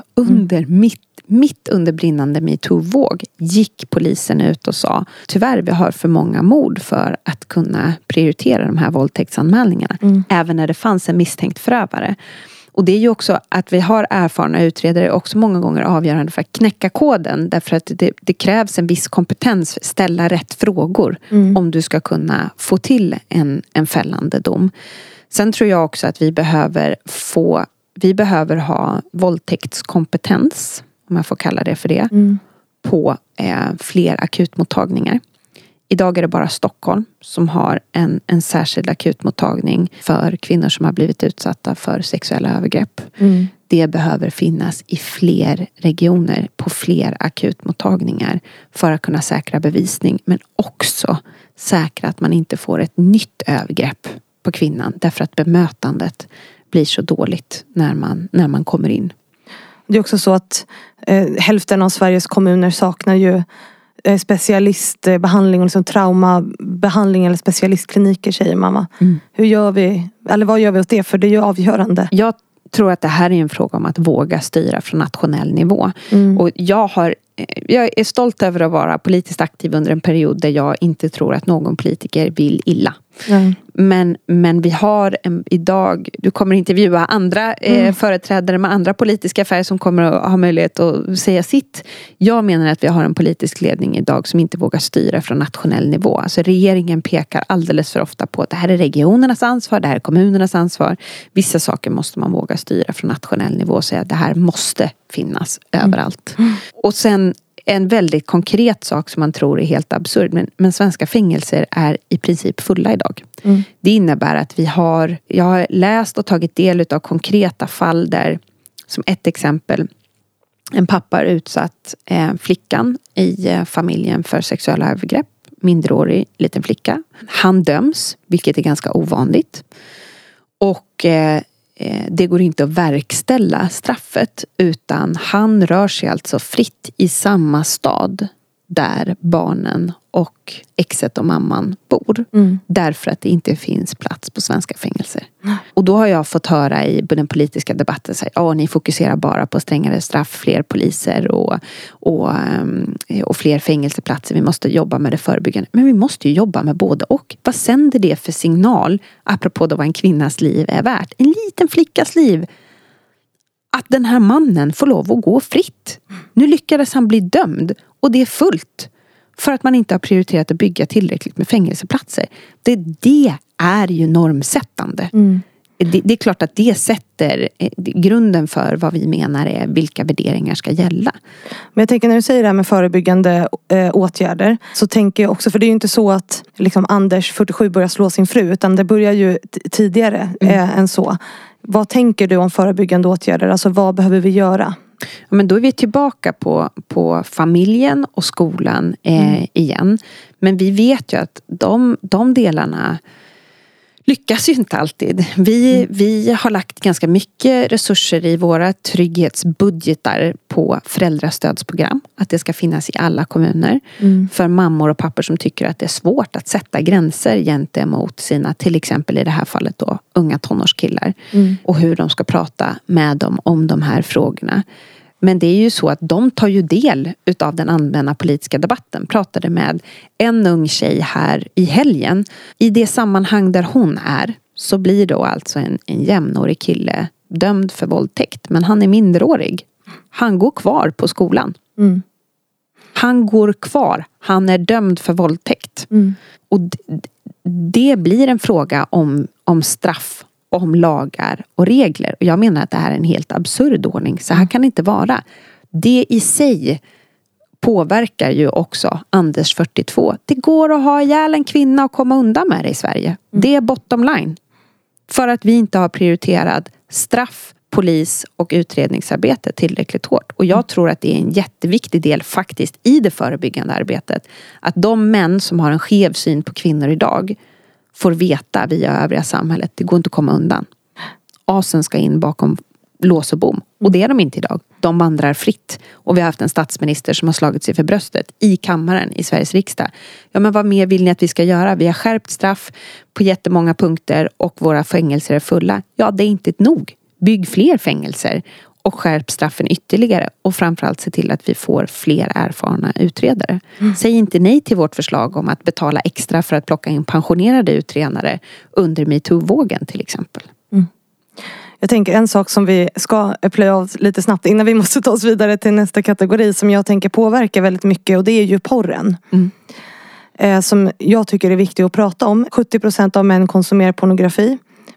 Mitt under brinnande MeToo-våg gick polisen ut och sa: tyvärr, vi har för många mord för att kunna prioritera de här våldtäktsanmälningarna. Även när det fanns en misstänkt förövare. Och det är ju också att vi har erfarna utredare också många gånger avgörande för att knäcka koden. Därför att det krävs en viss kompetens, ställa rätt frågor om du ska kunna få till en fällande dom. Sen tror jag också att vi behöver få vi behöver ha våldtäktskompetens, om jag får kalla det för det, på fler akutmottagningar. Idag är det bara Stockholm som har en särskild akutmottagning för kvinnor som har blivit utsatta för sexuella övergrepp. Det behöver finnas i fler regioner, på fler akutmottagningar, för att kunna säkra bevisning, men också säkra att man inte får ett nytt övergrepp på kvinnan, därför att bemötandet blir så dåligt när man kommer in. Det är också så att hälften av Sveriges kommuner saknar ju specialistbehandling och liksom traumabehandling eller specialistkliniker, säger mamma. Hur gör vi, eller vad gör vi åt det? För det är ju avgörande. Jag tror att det här är en fråga om att våga styra från nationell nivå. Och jag är stolt över att vara politiskt aktiv under en period där jag inte tror att någon politiker vill illa. Men vi har idag, du kommer intervjua andra företrädare med andra politiska färger som kommer att ha möjlighet att säga sitt. Jag menar att vi har en politisk ledning idag som inte vågar styra från nationell nivå. Alltså regeringen pekar alldeles för ofta på att det här är regionernas ansvar, det här är kommunernas ansvar. Vissa saker måste man våga styra från nationell nivå och säga att det här måste finnas överallt. Och sen en väldigt konkret sak som man tror är helt absurd, men svenska fängelser är i princip fulla idag. Det innebär att jag har läst och tagit del av konkreta fall där, som ett exempel, en pappa har utsatt flickan i familjen för sexuella övergrepp, minderårig liten flicka. Han döms, vilket är ganska ovanligt. Och det går inte att verkställa straffet, utan han rör sig alltså fritt i samma stad där barnen och exet och mamman bor. Därför att det inte finns plats på svenska fängelser. Och då har jag fått höra i den politiska debatten att ni fokuserar bara på strängare straff, fler poliser och fler fängelseplatser. Vi måste jobba med det förebyggande. Men vi måste ju jobba med både och. Vad sänder det för signal, apropå då vad en kvinnas liv är värt? En liten flickas liv. Att den här mannen får lov att gå fritt. Nu lyckades han bli dömd. Och det är fullt. För att man inte har prioriterat att bygga tillräckligt med fängelseplatser. Det är ju normsättande. Det är klart att det sätter grunden för vad vi menar är vilka värderingar ska gälla. Men jag tänker, när du säger det här med förebyggande åtgärder, så tänker jag också, för det är ju inte så att liksom Anders 47 börjar slå sin fru, utan det börjar ju tidigare än så. Vad tänker du om förebyggande åtgärder? Alltså vad behöver vi göra? Ja, men då är vi tillbaka på familjen och skolan igen. Men vi vet ju att de delarna lyckas ju inte alltid. Vi har lagt ganska mycket resurser i våra trygghetsbudgetar på föräldrastödsprogram. Att det ska finnas i alla kommuner. För mammor och pappor som tycker att det är svårt att sätta gränser gentemot sina, till exempel i det här fallet då, unga tonårskillar. Och hur de ska prata med dem om de här frågorna. Men det är ju så att de tar ju del utav den allmänna politiska debatten. Pratade med en ung tjej här i helgen. I det sammanhang där hon är, så blir då alltså en jämnårig kille dömd för våldtäkt. Men han är minderårig. Han går kvar på skolan. Han går kvar. Han är dömd för våldtäkt. Och det blir en fråga om straff, om lagar och regler. Och jag menar att det här är en helt absurd ordning. Så här kan det inte vara. Det i sig påverkar ju också Anders 42. Det går att ha ihjäl en kvinna och komma undan med det i Sverige. Det är bottom line. För att vi inte har prioriterat straff, polis och utredningsarbete tillräckligt hårt. Och jag tror att det är en jätteviktig del faktiskt i det förebyggande arbetet. Att de män som har en skev syn på kvinnor idag får veta via övriga samhället. Det går inte att komma undan. Asen ska in bakom lås och bom. Och det är de inte idag. De vandrar fritt. Och vi har haft en statsminister som har slagit sig för bröstet i kammaren i Sveriges riksdag. Ja, men vad mer vill ni att vi ska göra? Vi har skärpt straff på jättemånga punkter och våra fängelser är fulla. Ja, det är inte nog. Bygg fler fängelser och skärp straffen ytterligare. Och framförallt se till att vi får fler erfarna utredare. Säg inte nej till vårt förslag om att betala extra för att plocka in pensionerade utredare under MeToo-vågen till exempel. Jag tänker en sak som vi ska plöja av lite snabbt innan vi måste ta oss vidare till nästa kategori, som jag tänker påverkar väldigt mycket, och det är ju porren. Som jag tycker är viktigt att prata om. 70% av män konsumerar pornografi.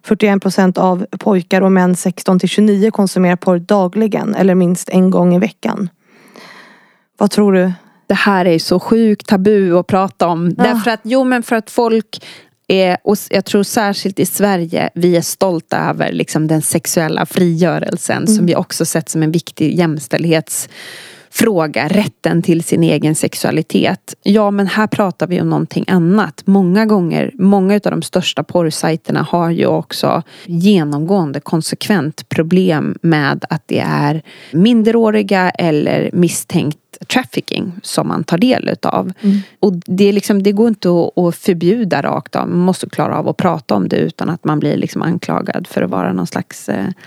41% av pojkar och män 16-29 konsumerar porr dagligen eller minst en gång i veckan. Vad tror du? Det här är så sjukt tabu att prata om. Ja. Därför att, för att folk är, och jag tror särskilt i Sverige, vi är stolta över liksom den sexuella frigörelsen som vi också sett som en viktig jämställdhetsfråga, rätten till sin egen sexualitet. Ja, men här pratar vi om någonting annat. Många av de största porrsajterna har ju också genomgående konsekvent problem med att det är minderåriga eller misstänkt trafficking som man tar del utav. Och det är liksom, det går inte att förbjuda rakt av. Man måste klara av att prata om det utan att man blir liksom anklagad för att vara någon slags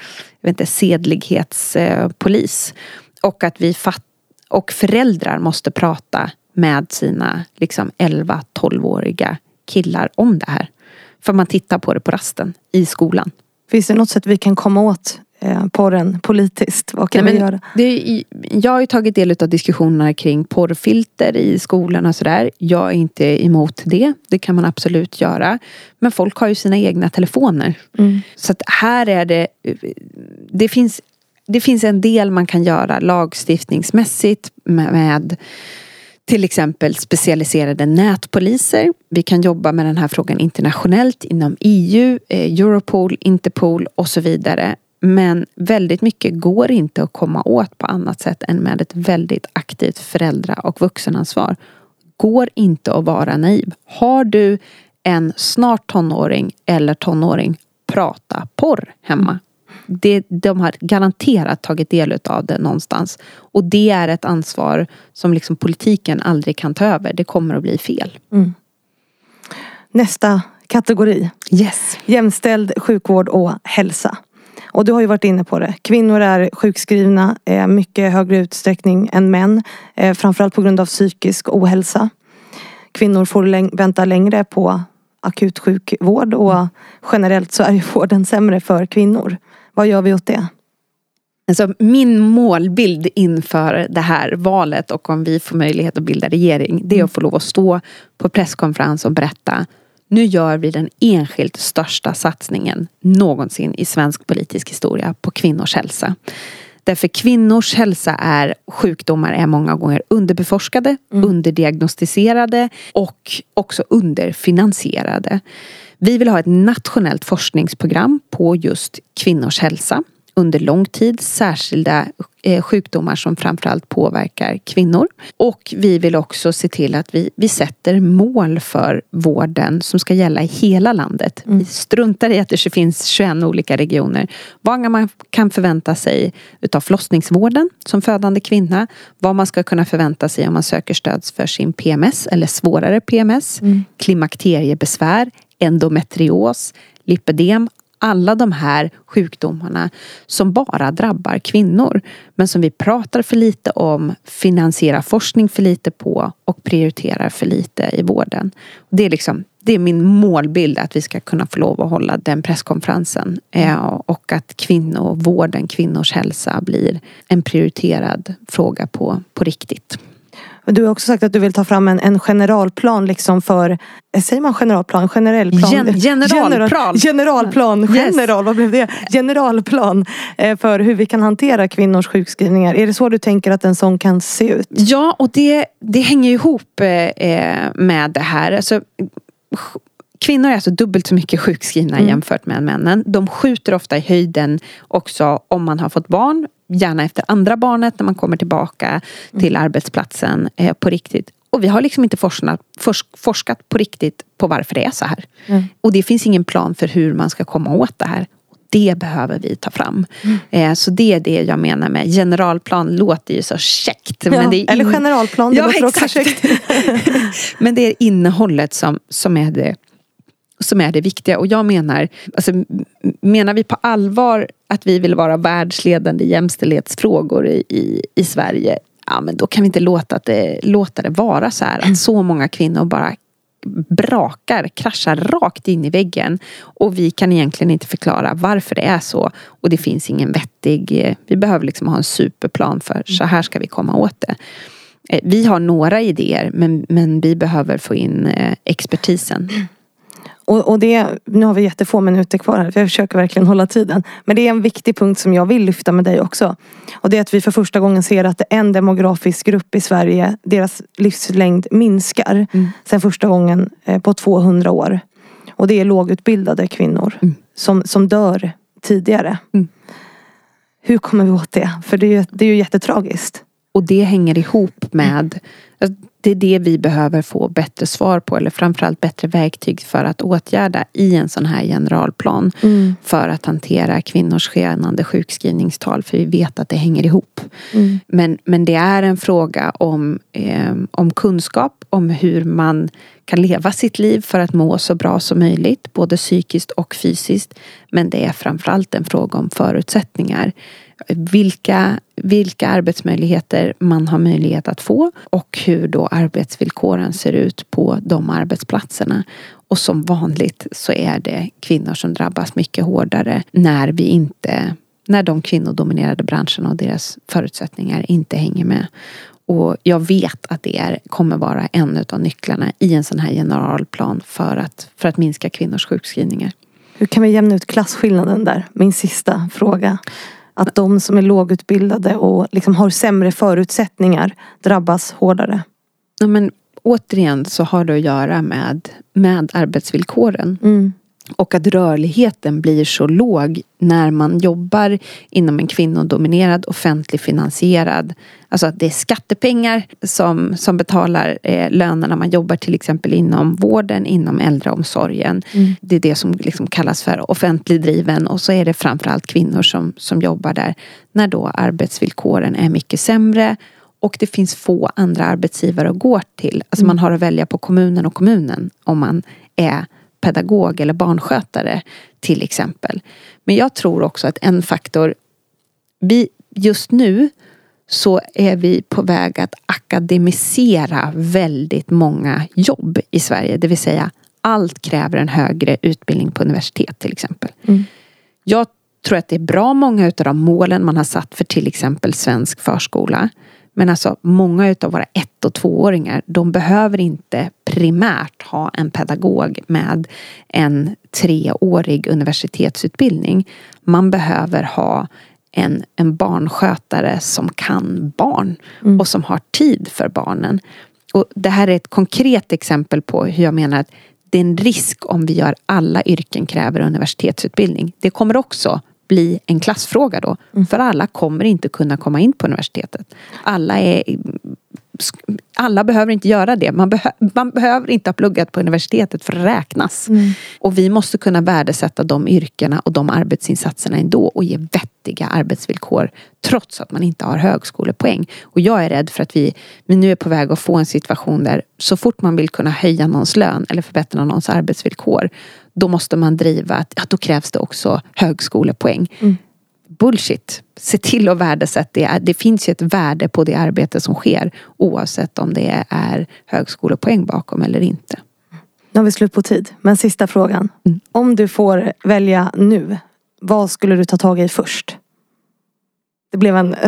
sedlighetspolis. Och att och föräldrar måste prata med sina liksom 11-12-åriga killar om det här. För man tittar på det på rasten i skolan. Finns det något sätt vi kan komma åt porren politiskt? Vad kan vi göra? Jag har ju tagit del av diskussionerna kring porrfilter i skolan och sådär. Jag är inte emot det. Det kan man absolut göra. Men folk har ju sina egna telefoner. Så att här är det finns en del man kan göra lagstiftningsmässigt med till exempel specialiserade nätpoliser. Vi kan jobba med den här frågan internationellt inom EU, Europol, Interpol och så vidare. Men väldigt mycket går inte att komma åt på annat sätt än med ett väldigt aktivt föräldra- och vuxenansvar. Går inte att vara naiv. Har du en snart tonåring eller tonåring, prata porr hemma. De har garanterat tagit del av det någonstans. Och det är ett ansvar som liksom politiken aldrig kan ta över. Det kommer att bli fel. Nästa kategori. Yes. Jämställd sjukvård och hälsa. Och du har ju varit inne på det. Kvinnor är sjukskrivna mycket högre utsträckning än män. Framförallt på grund av psykisk ohälsa. Kvinnor får vänta längre på akut sjukvård. Och generellt så är ju vården sämre för kvinnor. Vad gör vi åt det? Alltså min målbild inför det här valet och om vi får möjlighet att bilda regering, det är att få lov att stå på presskonferens och berätta: nu gör vi den enskilt största satsningen någonsin i svensk politisk historia på kvinnors hälsa. Därför kvinnors hälsa sjukdomar är många gånger underbeforskade, underdiagnostiserade och också underfinansierade. Vi vill ha ett nationellt forskningsprogram på just kvinnors hälsa under lång tid, särskilda sjukdomar som framförallt påverkar kvinnor. Och vi vill också se till att vi sätter mål för vården som ska gälla i hela landet. Vi struntar i att det finns 21 olika regioner. Vad man kan förvänta sig utav förlossningsvården som födande kvinna. Vad man ska kunna förvänta sig om man söker stöd för sin PMS eller svårare PMS. Klimakteriebesvär, endometrios, lipödem. Alla de här sjukdomarna som bara drabbar kvinnor. Men som vi pratar för lite om, finansierar forskning för lite på och prioriterar för lite i vården. Det är min målbild att vi ska kunna få lov att hålla den presskonferensen. Och att kvinnovården, kvinnors hälsa blir en prioriterad fråga på riktigt. Du har också sagt att du vill ta fram en generalplan liksom för, säger man generalplan? Generell plan? Generalplan. Yes. Vad blev det? Generalplan för hur vi kan hantera kvinnors sjukskrivningar. Är det så du tänker att en sån kan se ut? Ja, och det hänger ihop med det här. Alltså, kvinnor är alltså dubbelt så mycket sjukskrivna jämfört med männen. De skjuter ofta i höjden också om man har fått barn. Gärna efter andra barnet när man kommer tillbaka till arbetsplatsen på riktigt. Och vi har liksom inte forskat på riktigt på varför det är så här. Och det finns ingen plan för hur man ska komma åt det här. Det behöver vi ta fram. Så det är det jag menar med generalplan. Låter ju så käckt. Ja, men det är eller generalplan, det låter också käckt. Men det är innehållet som är det viktiga. Och jag menar, alltså, menar vi på allvar att vi vill vara världsledande i jämställdhetsfrågor i Sverige, ja, men då kan vi inte låta det vara så här att så många kvinnor bara kraschar rakt in i väggen och vi kan egentligen inte förklara varför det är så, och det finns ingen vi behöver liksom ha en superplan för så här ska vi komma åt det. Vi har några idéer men vi behöver få in expertisen. Och nu har vi jättefå minuter kvar här, för jag försöker verkligen hålla tiden. Men det är en viktig punkt som jag vill lyfta med dig också. Och det är att vi för första gången ser att en demografisk grupp i Sverige, deras livslängd minskar. Sen första gången på 200 år. Och det är lågutbildade kvinnor som dör tidigare. Hur kommer vi åt det? För det är ju jättetragiskt. Och det hänger ihop med, det är det vi behöver få bättre svar på, eller framförallt bättre verktyg för att åtgärda i en sån här generalplan. För att hantera kvinnors skenande sjukskrivningstal, för vi vet att det hänger ihop. Men det är en fråga om kunskap, om hur man kan leva sitt liv för att må så bra som möjligt, både psykiskt och fysiskt. Men det är framförallt en fråga om förutsättningar. Vilka arbetsmöjligheter man har möjlighet att få och hur då arbetsvillkoren ser ut på de arbetsplatserna. Och som vanligt så är det kvinnor som drabbas mycket hårdare när de kvinnodominerade branscherna och deras förutsättningar inte hänger med. Och jag vet att det kommer vara en av nycklarna i en sån här generalplan för att minska kvinnors sjukskrivningar. Hur kan vi jämna ut klasskillnaden där? Min sista fråga. Att de som är lågutbildade och liksom har sämre förutsättningar drabbas hårdare. Ja, men återigen så har det att göra med arbetsvillkoren. Och att rörligheten blir så låg när man jobbar inom en kvinnodominerad offentlig finansierad. Alltså att det är skattepengar som betalar lönerna. Man jobbar till exempel inom vården, inom äldreomsorgen. Det är det som liksom kallas för offentlig driven. Och så är det framförallt kvinnor som jobbar där. När då arbetsvillkoren är mycket sämre. Och det finns få andra arbetsgivare att gå till. Alltså man har att välja på kommunen och kommunen om man är pedagog eller barnskötare till exempel. Men jag tror också att en faktor, just nu så är vi på väg att akademisera väldigt många jobb i Sverige. Det vill säga allt kräver en högre utbildning på universitet till exempel. Jag tror att det är bra många av de målen man har satt för till exempel svensk förskola. Men alltså många av våra 1- och 2-åringar, de behöver inte primärt ha en pedagog med en 3-årig universitetsutbildning. Man behöver ha en barnskötare som kan barn och som har tid för barnen. Och det här är ett konkret exempel på hur jag menar att det är en risk om vi gör alla yrken kräver universitetsutbildning. Det kommer också bli en klassfråga då. För alla kommer inte kunna komma in på universitetet. Alla behöver inte göra det. Man behöver inte ha pluggat på universitetet för att räknas. Och vi måste kunna värdesätta de yrkena och de arbetsinsatserna ändå och ge vettiga arbetsvillkor trots att man inte har högskolepoäng. Och jag är rädd för att vi nu är på väg att få en situation där så fort man vill kunna höja någons lön eller förbättra någons arbetsvillkor, då måste man driva att då krävs det också högskolepoäng. Bullshit. Se till att värdesätta det. Det finns ju ett värde på det arbete som sker oavsett om det är högskolepoäng bakom eller inte. Nu har vi slut på tid. Men sista frågan. Om du får välja nu, vad skulle du ta tag i först? Det blev en...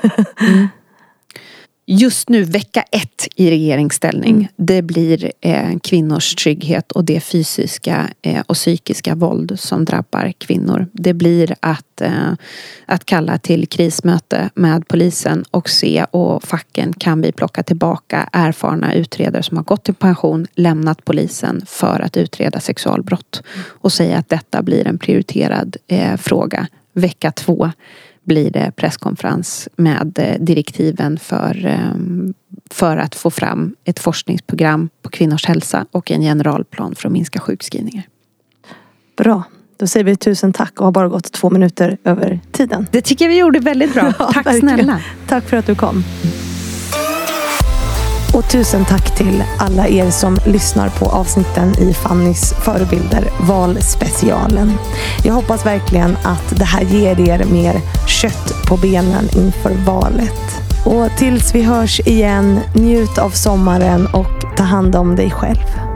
Just nu, vecka 1 i regeringsställning, det blir kvinnors trygghet och det fysiska och psykiska våld som drabbar kvinnor. Det blir att kalla till krismöte med polisen och se och facken kan vi plocka tillbaka erfarna utredare som har gått i pension, lämnat polisen för att utreda sexualbrott och säga att detta blir en prioriterad fråga. Vecka 2 blir det presskonferens med direktiven för att få fram ett forskningsprogram på kvinnors hälsa och en generalplan för att minska sjukskrivningar. Bra. Då säger vi 1000 tack och har bara gått 2 minuter över tiden. Det tycker jag vi gjorde väldigt bra. Ja, tack verkligen. Snälla. Tack för att du kom. Och 1000 tack till alla er som lyssnar på avsnitten i Fannys förebilder, valspecialen. Jag hoppas verkligen att det här ger er mer kött på benen inför valet. Och tills vi hörs igen, njut av sommaren och ta hand om dig själv.